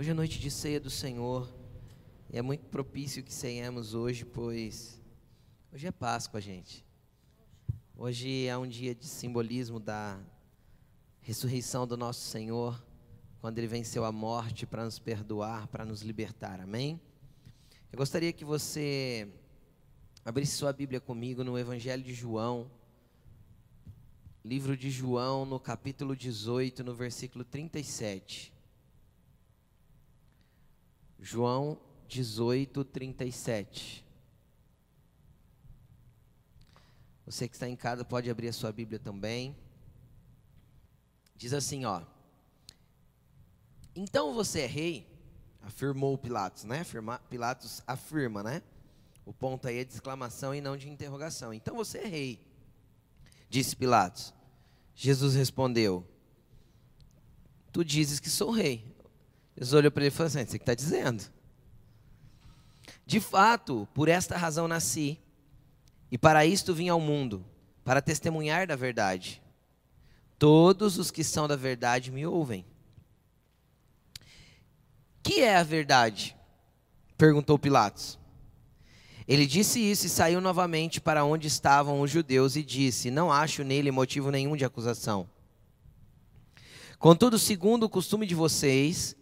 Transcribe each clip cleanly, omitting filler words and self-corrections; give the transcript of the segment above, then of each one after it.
Hoje é noite de ceia do Senhor, e é muito propício que ceiemos hoje, pois hoje é Páscoa, gente. Hoje é um dia de simbolismo da ressurreição do nosso Senhor, quando Ele venceu a morte para nos perdoar, para nos libertar, amém? Eu gostaria que você abrisse sua Bíblia comigo no Evangelho de João, livro de João, no capítulo 18, no versículo 37. João 18, 37. Você que está em casa pode abrir a sua Bíblia também. Diz assim, ó. Então você é rei, afirmou Pilatos, né? Pilatos afirma, né? O ponto aí é de exclamação e não de interrogação. Então você é rei, disse Pilatos. Jesus respondeu, tu dizes que sou rei. Jesus olhou para ele e falou assim, você que está dizendo. De fato, por esta razão nasci, e para isto vim ao mundo, para testemunhar da verdade. Todos os que são da verdade me ouvem. Que é a verdade? Perguntou Pilatos. Ele disse isso e saiu novamente para onde estavam os judeus e disse, não acho nele motivo nenhum de acusação. Contudo, segundo o costume de vocês,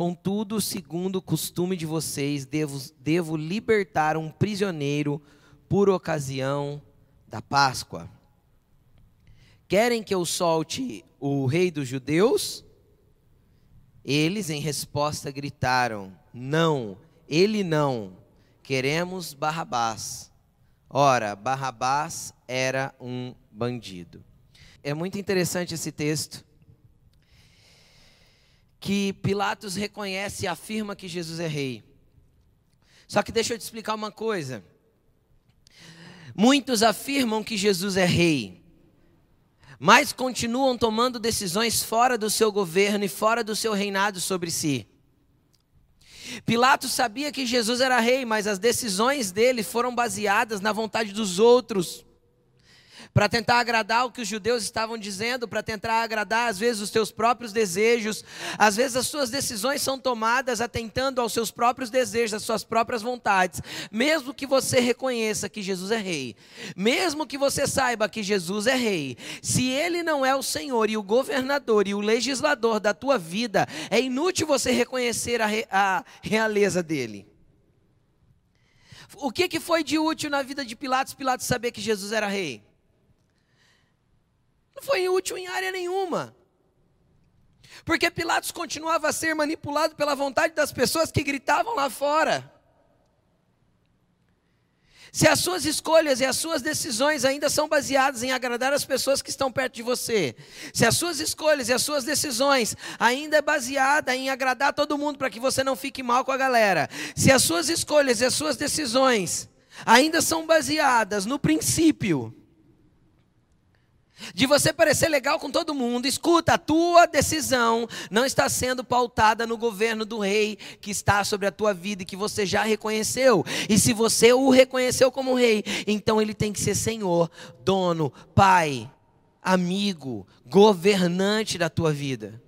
devo libertar um prisioneiro por ocasião da Páscoa. Querem que eu solte o rei dos judeus? Eles, em resposta, gritaram, não, ele não, queremos Barrabás. Ora, Barrabás era um bandido. É muito interessante esse texto, que Pilatos reconhece e afirma que Jesus é rei. Só que deixa eu te explicar uma coisa. Muitos afirmam que Jesus é rei, mas continuam tomando decisões fora do seu governo e fora do seu reinado sobre si. Pilatos sabia que Jesus era rei, mas as decisões dele foram baseadas na vontade dos outros, para tentar agradar o que os judeus estavam dizendo, para tentar agradar às vezes os teus próprios desejos. Às vezes as suas decisões são tomadas atentando aos seus próprios desejos, às suas próprias vontades. Mesmo que você reconheça que Jesus é rei, mesmo que você saiba que Jesus é rei, se Ele não é o Senhor e o governador e o legislador da tua vida, é inútil você reconhecer a realeza dele. O que foi de útil na vida de Pilatos saber que Jesus era rei? Não foi útil em área nenhuma, porque Pilatos continuava a ser manipulado pela vontade das pessoas que gritavam lá fora. Se as suas escolhas e as suas decisões ainda são baseadas em agradar as pessoas que estão perto de você, se as suas escolhas e as suas decisões ainda é baseada em agradar todo mundo para que você não fique mal com a galera, se as suas escolhas e as suas decisões ainda são baseadas no princípio de você parecer legal com todo mundo, escuta, a tua decisão não está sendo pautada no governo do rei que está sobre a tua vida e que você já reconheceu. E se você o reconheceu como rei, então ele tem que ser senhor, dono, pai, amigo, governante da tua vida.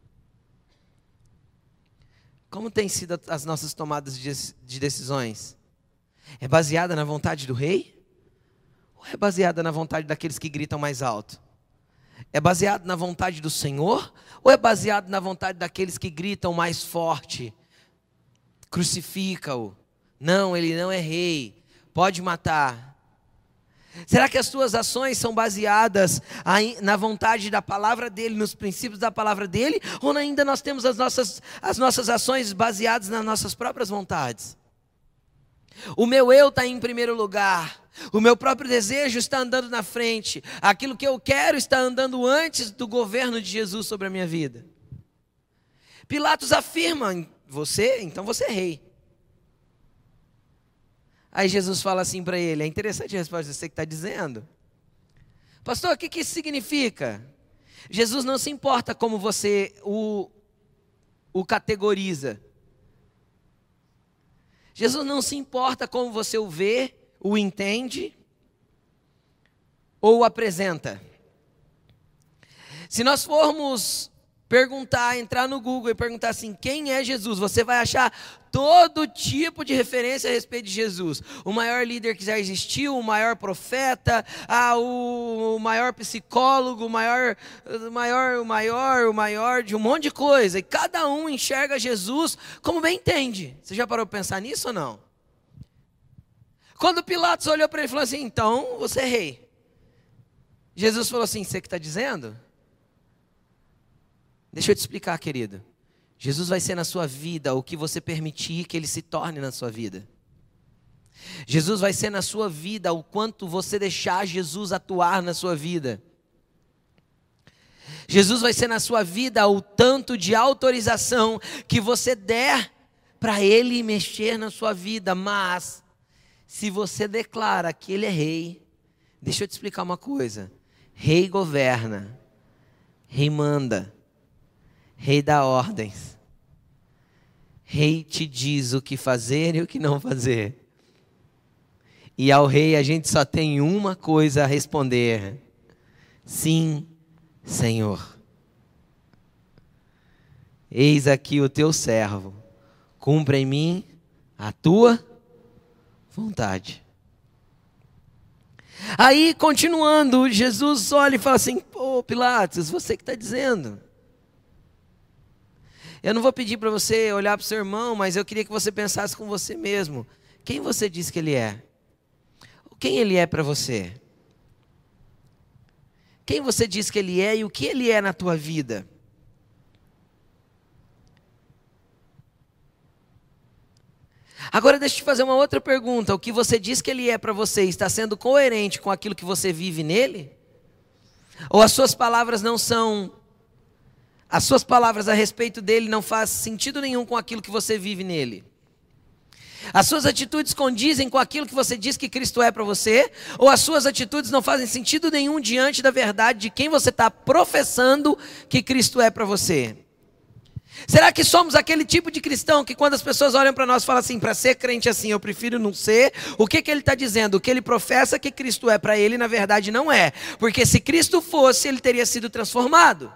Como tem sido as nossas tomadas de decisões? É baseada na vontade do rei? Ou é baseada na vontade daqueles que gritam mais alto? É baseado na vontade do Senhor? Ou é baseado na vontade daqueles que gritam mais forte? Crucifica-o. Não, ele não é rei. Pode matar. Será que as tuas ações são baseadas na vontade da palavra dele, nos princípios da palavra dele? Ou ainda nós temos as nossas ações baseadas nas nossas próprias vontades? O meu eu está em primeiro lugar. O meu próprio desejo está andando na frente. Aquilo que eu quero está andando antes do governo de Jesus sobre a minha vida. Pilatos afirma, então você é rei. Aí Jesus fala assim para ele, é interessante a resposta, você que está dizendo. Pastor, o que isso significa? Jesus não se importa como você o categoriza. Jesus não se importa como você o vê, o entende ou o apresenta. Se nós formos entrar no Google e perguntar assim, quem é Jesus? Você vai achar todo tipo de referência a respeito de Jesus. O maior líder que já existiu, o maior profeta, o maior psicólogo, o maior de um monte de coisa. E cada um enxerga Jesus como bem entende. Você já parou para pensar nisso ou não? Quando Pilatos olhou para ele e falou assim, então você é rei. Jesus falou assim, você que está dizendo? Deixa eu te explicar, querido. Jesus vai ser na sua vida o que você permitir que Ele se torne na sua vida. Jesus vai ser na sua vida o quanto você deixar Jesus atuar na sua vida. Jesus vai ser na sua vida o tanto de autorização que você der para Ele mexer na sua vida. Mas, se você declara que Ele é rei, deixa eu te explicar uma coisa. Rei governa, rei manda. Rei dá ordens. Rei te diz o que fazer e o que não fazer. E ao rei a gente só tem uma coisa a responder. Sim, Senhor. Eis aqui o teu servo. Cumpra em mim a tua vontade. Aí, continuando, Jesus olha e fala assim, pô, Pilatos, você que está dizendo. Eu não vou pedir para você olhar para o seu irmão, mas eu queria que você pensasse com você mesmo. Quem você diz que ele é? Quem ele é para você? Quem você diz que ele é e o que ele é na tua vida? Agora deixa eu te fazer uma outra pergunta. O que você diz que ele é para você está sendo coerente com aquilo que você vive nele? Ou as suas palavras não são... As suas palavras a respeito dele não fazem sentido nenhum com aquilo que você vive nele? As suas atitudes condizem com aquilo que você diz que Cristo é para você? Ou as suas atitudes não fazem sentido nenhum diante da verdade de quem você está professando que Cristo é para você? Será que somos aquele tipo de cristão que quando as pessoas olham para nós falam assim, para ser crente assim, eu prefiro não ser? O que ele está dizendo? O que ele professa que Cristo é para ele, na verdade não é. Porque se Cristo fosse, ele teria sido transformado.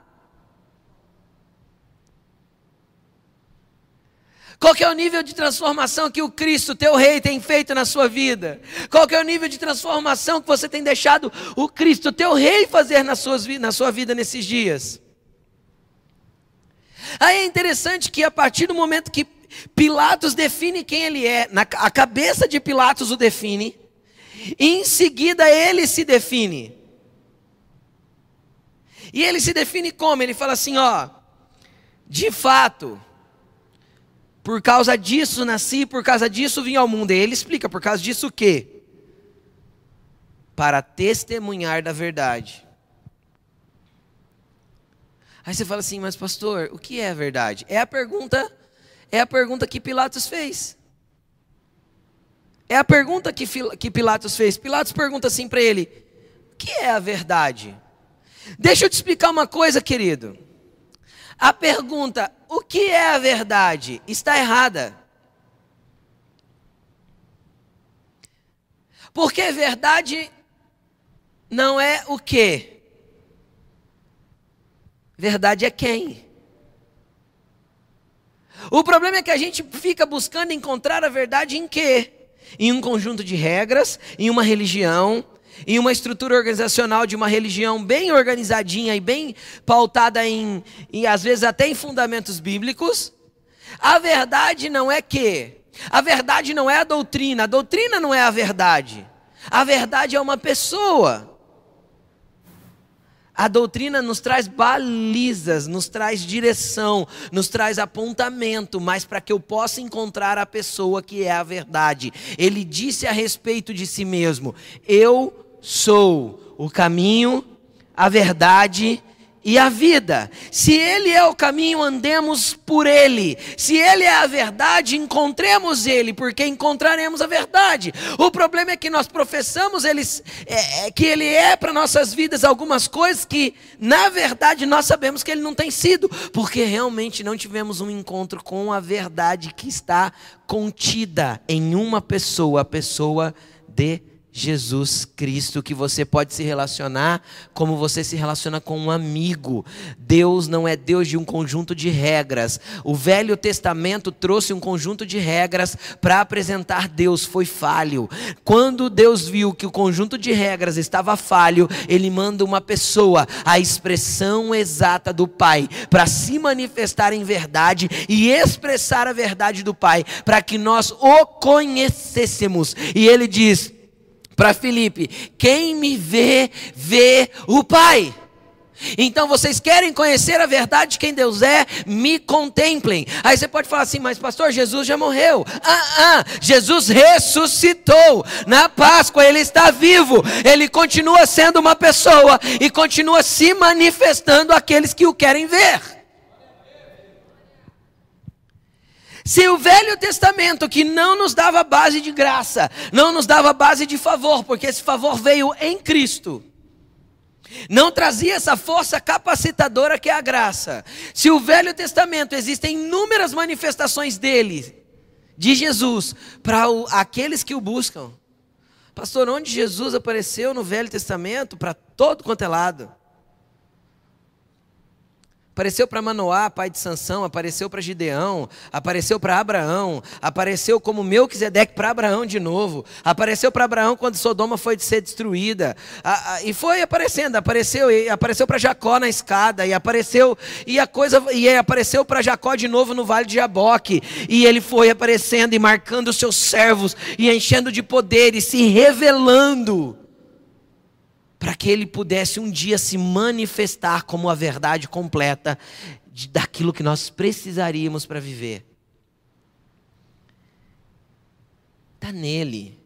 Qual que é o nível de transformação que o Cristo, teu rei, tem feito na sua vida? Qual que é o nível de transformação que você tem deixado o Cristo, teu rei, fazer na sua vida nesses dias? Aí é interessante que a partir do momento que Pilatos define quem ele é, a cabeça de Pilatos o define, e em seguida ele se define. E ele se define como? Ele fala assim, ó, de fato... Por causa disso nasci, por causa disso vim ao mundo. E ele explica, por causa disso o quê? Para testemunhar da verdade. Aí você fala assim, mas pastor, o que é a verdade? É a pergunta que Pilatos fez. É a pergunta que Pilatos fez. Pilatos pergunta assim para ele, o que é a verdade? Deixa eu te explicar uma coisa, querido. A pergunta, o que é a verdade? Está errada. Porque verdade não é o quê? Verdade é quem? O problema é que a gente fica buscando encontrar a verdade em quê? Em um conjunto de regras, em uma religião, em uma estrutura organizacional de uma religião bem organizadinha e bem pautada e às vezes até em fundamentos bíblicos. A verdade não é quê? A verdade não é a doutrina não é a verdade. A verdade é uma pessoa. A doutrina nos traz balizas, nos traz direção, nos traz apontamento, mas para que eu possa encontrar a pessoa que é a verdade. Ele disse a respeito de si mesmo, eu sou o caminho, a verdade e a vida. Se Ele é o caminho, andemos por Ele. Se Ele é a verdade, encontremos Ele, porque encontraremos a verdade. O problema é que nós professamos que Ele é para nossas vidas algumas coisas que, na verdade, nós sabemos que Ele não tem sido, porque realmente não tivemos um encontro com a verdade que está contida em uma pessoa, a pessoa de Jesus Cristo, que você pode se relacionar como você se relaciona com um amigo. Deus não é Deus de um conjunto de regras. O Velho Testamento trouxe um conjunto de regras para apresentar Deus, foi falho. Quando Deus viu que o conjunto de regras estava falho, Ele manda uma pessoa, a expressão exata do Pai, para se manifestar em verdade e expressar a verdade do Pai, para que nós o conhecêssemos. E Ele diz para Filipe: quem me vê, vê o Pai. Então vocês querem conhecer a verdade de quem Deus é? Me contemplem. Aí você pode falar assim: mas pastor, Jesus já morreu. Jesus ressuscitou. Na Páscoa Ele está vivo. Ele continua sendo uma pessoa e continua se manifestando àqueles que o querem ver. Se o Velho Testamento, que não nos dava base de graça, não nos dava base de favor, porque esse favor veio em Cristo, não trazia essa força capacitadora que é a graça. Se o Velho Testamento existem inúmeras manifestações dele, de Jesus, para aqueles que o buscam. Pastor, onde Jesus apareceu no Velho Testamento? Para todo quanto é lado. Apareceu para Manoá, pai de Sansão, apareceu para Gideão, apareceu para Abraão, apareceu como Melquisedeque para Abraão de novo, apareceu para Abraão quando Sodoma foi de ser destruída, e foi aparecendo, apareceu para Jacó na escada, e apareceu para Jacó de novo no vale de Jaboque, e ele foi aparecendo e marcando os seus servos, e enchendo de poder, e se revelando, para que ele pudesse um dia se manifestar como a verdade completa daquilo que nós precisaríamos para viver. Está nele.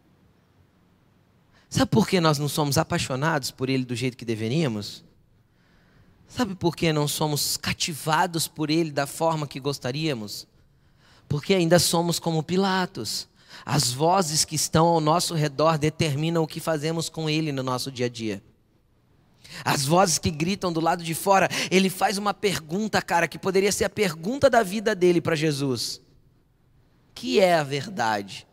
Sabe por que nós não somos apaixonados por ele do jeito que deveríamos? Sabe por que não somos cativados por ele da forma que gostaríamos? Porque ainda somos como Pilatos. As vozes que estão ao nosso redor determinam o que fazemos com ele no nosso dia a dia. As vozes que gritam do lado de fora, ele faz uma pergunta, cara, que poderia ser a pergunta da vida dele para Jesus: que é a verdade?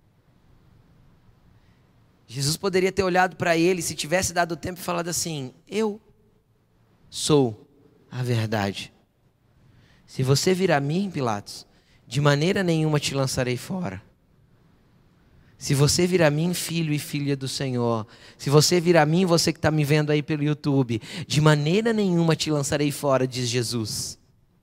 Jesus poderia ter olhado para ele, se tivesse dado tempo, e falado assim: eu sou a verdade. Se você vir a mim, Pilatos, de maneira nenhuma te lançarei fora. Se você vir a mim, filho e filha do Senhor, se você vir a mim, você que está me vendo aí pelo YouTube, de maneira nenhuma te lançarei fora, diz Jesus.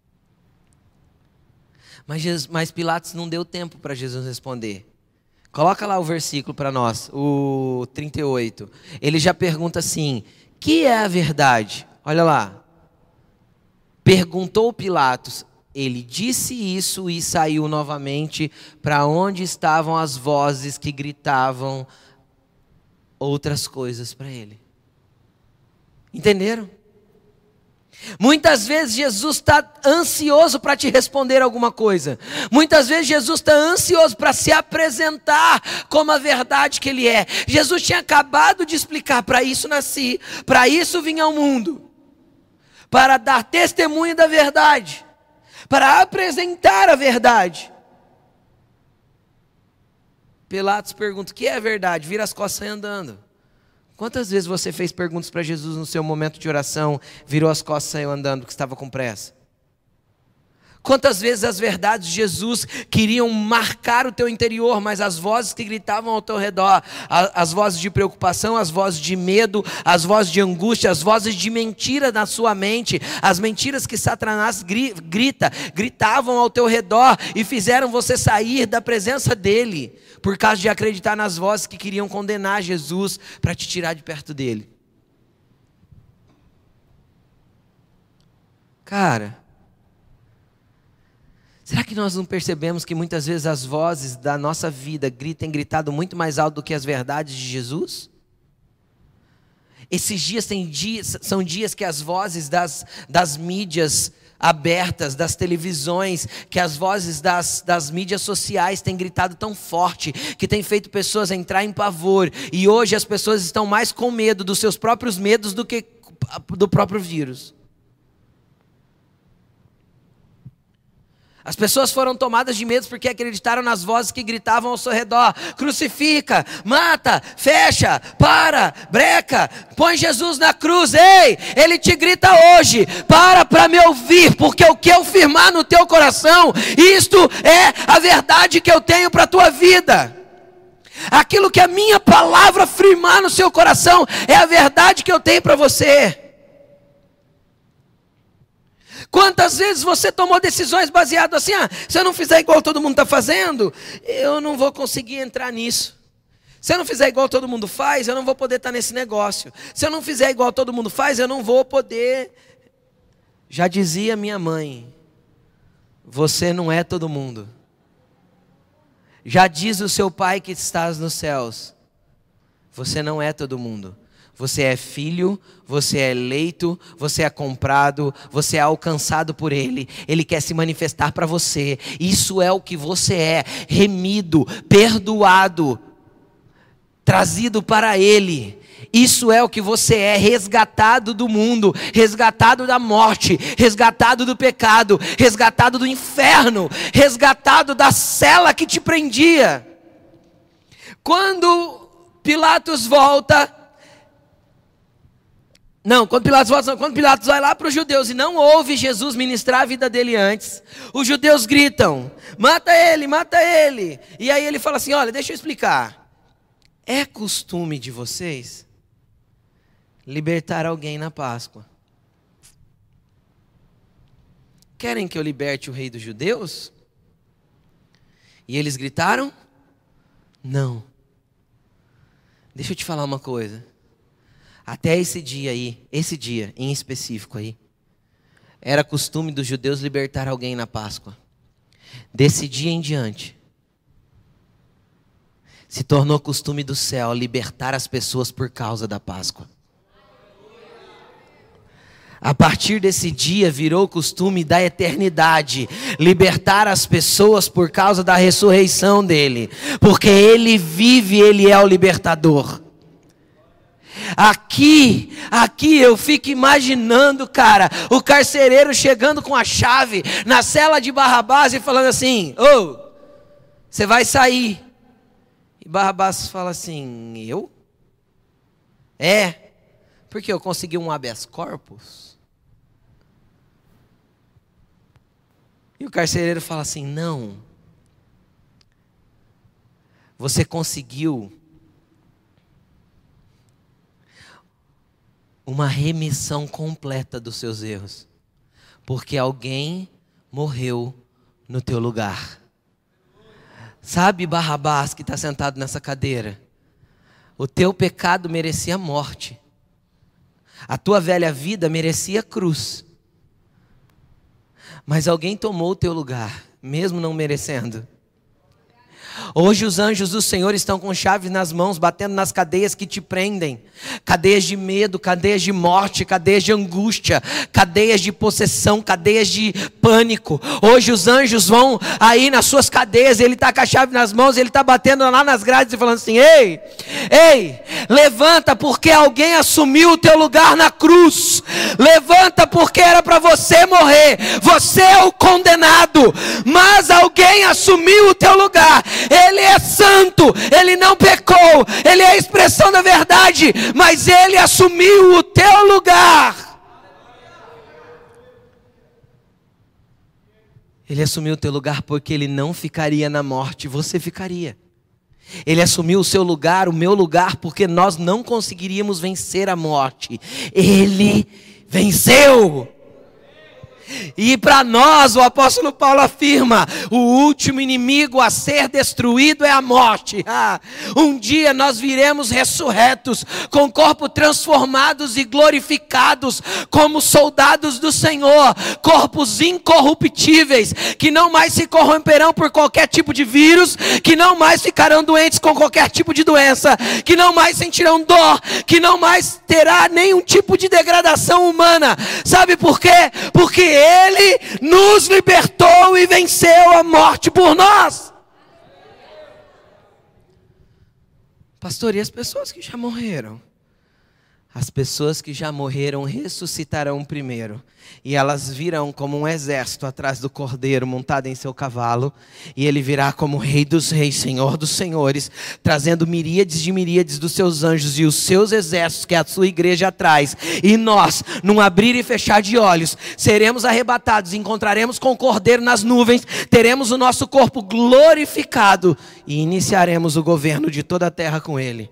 Mas Pilatos não deu tempo para Jesus responder. Coloca lá o versículo para nós, o 38. Ele já pergunta assim: que é a verdade? Olha lá. Perguntou Pilatos. Ele disse isso e saiu novamente para onde estavam as vozes que gritavam outras coisas para ele. Entenderam? Muitas vezes Jesus está ansioso para te responder alguma coisa. Muitas vezes Jesus está ansioso para se apresentar como a verdade que Ele é. Jesus tinha acabado de explicar: para isso nasci, para isso vim ao mundo, para dar testemunho da verdade, para apresentar a verdade. Pilatos pergunta: o que é a verdade? Vira as costas e sai andando. Quantas vezes você fez perguntas para Jesus no seu momento de oração, virou as costas e saiu andando porque estava com pressa? Quantas vezes as verdades de Jesus queriam marcar o teu interior, mas as vozes que gritavam ao teu redor, as vozes de preocupação, as vozes de medo, as vozes de angústia, as vozes de mentira na sua mente, as mentiras que Satanás gritavam ao teu redor e fizeram você sair da presença dele, por causa de acreditar nas vozes que queriam condenar Jesus para te tirar de perto dele. Cara, será que nós não percebemos que muitas vezes as vozes da nossa vida têm gritado muito mais alto do que as verdades de Jesus? Esses dias são dias que as vozes das mídias abertas, das televisões, que as vozes das mídias sociais têm gritado tão forte, que tem feito pessoas entrar em pavor. E hoje as pessoas estão mais com medo dos seus próprios medos do que do próprio vírus. As pessoas foram tomadas de medo porque acreditaram nas vozes que gritavam ao seu redor: crucifica, mata, fecha, para, breca, põe Jesus na cruz. Ei, ele te grita hoje: para me ouvir, porque o que eu firmar no teu coração, isto é a verdade que eu tenho para a tua vida. Aquilo que a minha palavra firmar no seu coração é a verdade que eu tenho para você. Quantas vezes você tomou decisões baseadas assim: se eu não fizer igual todo mundo está fazendo, eu não vou conseguir entrar nisso. Se eu não fizer igual todo mundo faz, eu não vou poder estar nesse negócio. Se eu não fizer igual todo mundo faz, eu não vou poder. Já dizia minha mãe: você não é todo mundo. Já diz o seu pai que estás nos céus: você não é todo mundo. Você é filho, você é eleito, você é comprado, você é alcançado por Ele. Ele quer se manifestar para você. Isso é o que você é: remido, perdoado, trazido para Ele. Isso é o que você é: resgatado do mundo, resgatado da morte, resgatado do pecado, resgatado do inferno, resgatado da cela que te prendia. Quando Pilatos vai lá para os judeus e não ouve Jesus ministrar a vida dele antes, os judeus gritam: mata ele, mata ele. E aí ele fala assim: olha, deixa eu explicar. É costume de vocês libertar alguém na Páscoa. Querem que eu liberte o rei dos judeus? E eles gritaram: não. Deixa eu te falar uma coisa. Até esse dia em específico aí, era costume dos judeus libertar alguém na Páscoa. Desse dia em diante, se tornou costume do céu libertar as pessoas por causa da Páscoa. A partir desse dia virou costume da eternidade libertar as pessoas por causa da ressurreição dele. Porque ele vive, ele é o libertador. Aqui eu fico imaginando, cara, o carcereiro chegando com a chave na cela de Barrabás e falando assim: você vai sair. E Barrabás fala assim: eu? Porque eu consegui um habeas corpus. E o carcereiro fala assim: não. Você conseguiu uma remissão completa dos seus erros, porque alguém morreu no teu lugar. Sabe, Barrabás, que está sentado nessa cadeira, o teu pecado merecia morte, a tua velha vida merecia cruz, mas alguém tomou o teu lugar, mesmo não merecendo. Hoje os anjos do Senhor estão com chaves nas mãos, batendo nas cadeias que te prendem. Cadeias de medo, cadeias de morte, cadeias de angústia, cadeias de possessão, cadeias de pânico. Hoje os anjos vão aí nas suas cadeias, ele está com a chave nas mãos, ele está batendo lá nas grades e falando assim: ei, levanta, porque alguém assumiu o teu lugar na cruz. Levanta, porque era para você morrer. Você é o condenado, mas alguém assumiu o teu lugar. Ele é santo, ele não pecou, ele é a expressão da verdade, mas ele assumiu o teu lugar. Ele assumiu o teu lugar porque ele não ficaria na morte, você ficaria. Ele assumiu o seu lugar, o meu lugar, porque nós não conseguiríamos vencer a morte. Ele venceu. E para nós, o apóstolo Paulo afirma: o último inimigo a ser destruído é a morte. Um dia nós viremos ressurretos, com corpos transformados e glorificados, como soldados do Senhor, corpos incorruptíveis, que não mais se corromperão por qualquer tipo de vírus, que não mais ficarão doentes com qualquer tipo de doença, que não mais sentirão dor, que não mais terá nenhum tipo de degradação humana. Sabe por quê? Porque Ele nos libertou e venceu a morte por nós. Pastor, e as pessoas que já morreram? As pessoas que já morreram ressuscitarão primeiro. E elas virão como um exército atrás do cordeiro montado em seu cavalo. E ele virá como Rei dos reis, Senhor dos senhores, trazendo miríades de miríades dos seus anjos e os seus exércitos, que é a sua igreja atrás. E nós, num abrir e fechar de olhos, seremos arrebatados, encontraremos com o cordeiro nas nuvens, teremos o nosso corpo glorificado e iniciaremos o governo de toda a terra com ele.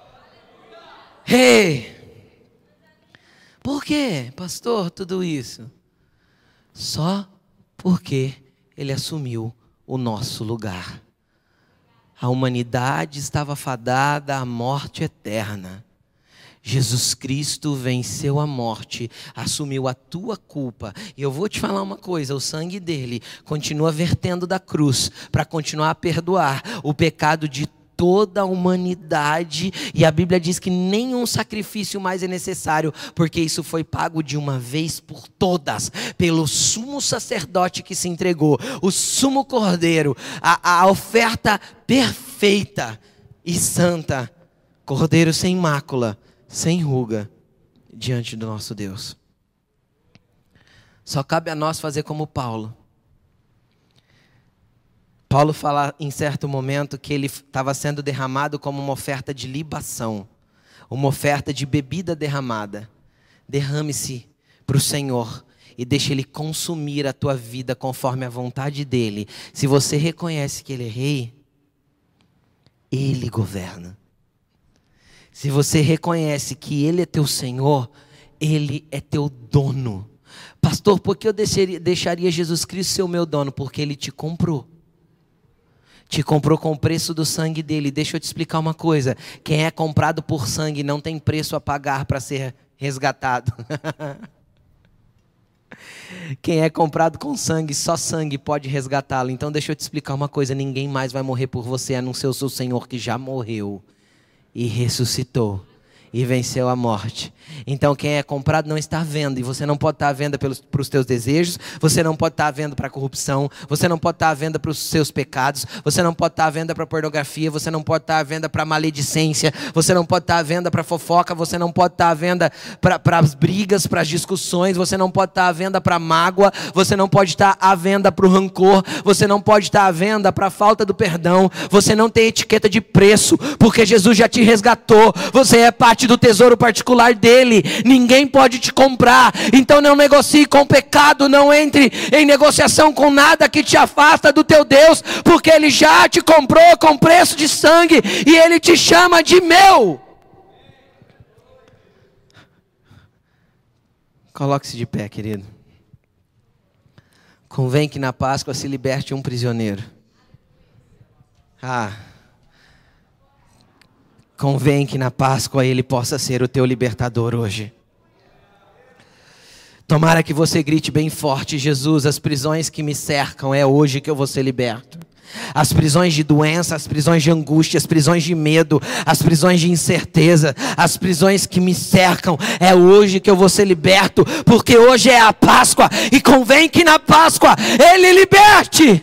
Hey! Por quê, pastor, tudo isso? Só porque ele assumiu o nosso lugar. A humanidade estava fadada à morte eterna. Jesus Cristo venceu a morte, assumiu a tua culpa. E eu vou te falar uma coisa, o sangue dele continua vertendo da cruz para continuar a perdoar o pecado de toda a humanidade, e a Bíblia diz que nenhum sacrifício mais é necessário, porque isso foi pago de uma vez por todas, pelo sumo sacerdote que se entregou, o sumo cordeiro, a oferta perfeita e santa, cordeiro sem mácula, sem ruga, diante do nosso Deus. Só cabe a nós fazer como Paulo. Paulo fala em certo momento que ele estava sendo derramado como uma oferta de libação, uma oferta de bebida derramada. Derrame-se para o Senhor e deixe Ele consumir a tua vida conforme a vontade dEle. Se você reconhece que Ele é Rei, Ele governa. Se você reconhece que Ele é teu Senhor, Ele é teu dono. Pastor, por que eu deixaria Jesus Cristo ser o meu dono? Porque Ele te comprou. Te comprou com o preço do sangue dele. Deixa eu te explicar uma coisa. Quem é comprado por sangue não tem preço a pagar para ser resgatado. Quem é comprado com sangue, só sangue pode resgatá-lo. Então deixa eu te explicar uma coisa. Ninguém mais vai morrer por você, a não ser o seu Senhor que já morreu e ressuscitou e venceu a morte. Então quem é comprado não está à venda. E você não pode estar à venda para os teus desejos. Você não pode estar à venda para a corrupção. Você não pode estar à venda para os seus pecados. Você não pode estar à venda para a pornografia. Você não pode estar à venda para a maledicência. Você não pode estar à venda para a fofoca. Você não pode estar à venda para as brigas, para as discussões. Você não pode estar à venda para a mágoa. Você não pode estar à venda para o rancor. Você não pode estar à venda para a falta do perdão. Você não tem etiqueta de preço, porque Jesus já te resgatou. Você é parte do tesouro particular dele. Ninguém pode te comprar. Então não negocie com o pecado. Não entre em negociação com nada que te afasta do teu Deus, porque ele já te comprou com preço de sangue e ele te chama de meu. Coloque-se de pé, querido. Convém que na Páscoa se liberte um prisioneiro. Convém que na Páscoa ele possa ser o teu libertador hoje. Tomara que você grite bem forte: Jesus, as prisões que me cercam, é hoje que eu vou ser liberto. As prisões de doença, as prisões de angústia, as prisões de medo, as prisões de incerteza, as prisões que me cercam, é hoje que eu vou ser liberto, porque hoje é a Páscoa e convém que na Páscoa ele liberte.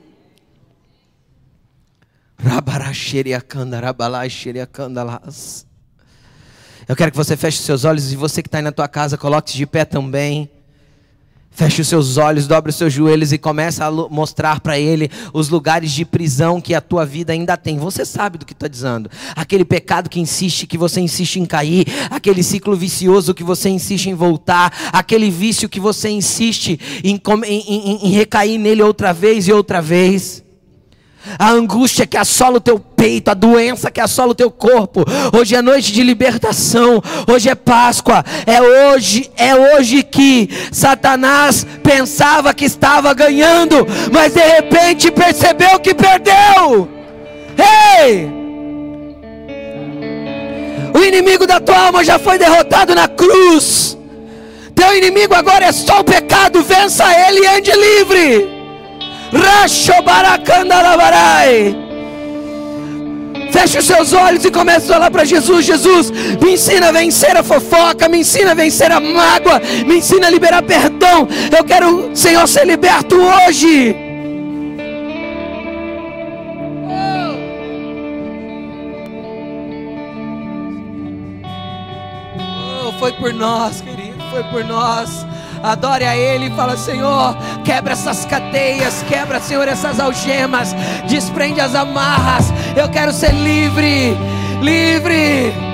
Eu quero que você feche seus olhos, e você que está aí na tua casa, coloque-se de pé também. Feche os seus olhos, dobre os seus joelhos e comece a mostrar para Ele os lugares de prisão que a tua vida ainda tem. Você sabe do que estou dizendo. Aquele pecado que você insiste em cair, aquele ciclo vicioso que você insiste em voltar, aquele vício que você insiste em recair nele outra vez e outra vez. A angústia que assola o teu peito, a doença que assola o teu corpo. Hoje é noite de libertação, hoje é Páscoa, é hoje que Satanás pensava que estava ganhando, mas de repente percebeu que perdeu. Ei! O inimigo da tua alma já foi derrotado na cruz. Teu inimigo agora é só o pecado. Vença ele e ande livre. Feche os seus olhos e comece a falar para Jesus: Jesus, me ensina a vencer a fofoca, me ensina a vencer a mágoa, me ensina a liberar perdão. Eu quero, Senhor, ser liberto hoje. por nós, querido, foi por nós. Adore a Ele e fala: Senhor, quebra essas cadeias, quebra, Senhor, essas algemas, desprende as amarras. Eu quero ser livre, livre.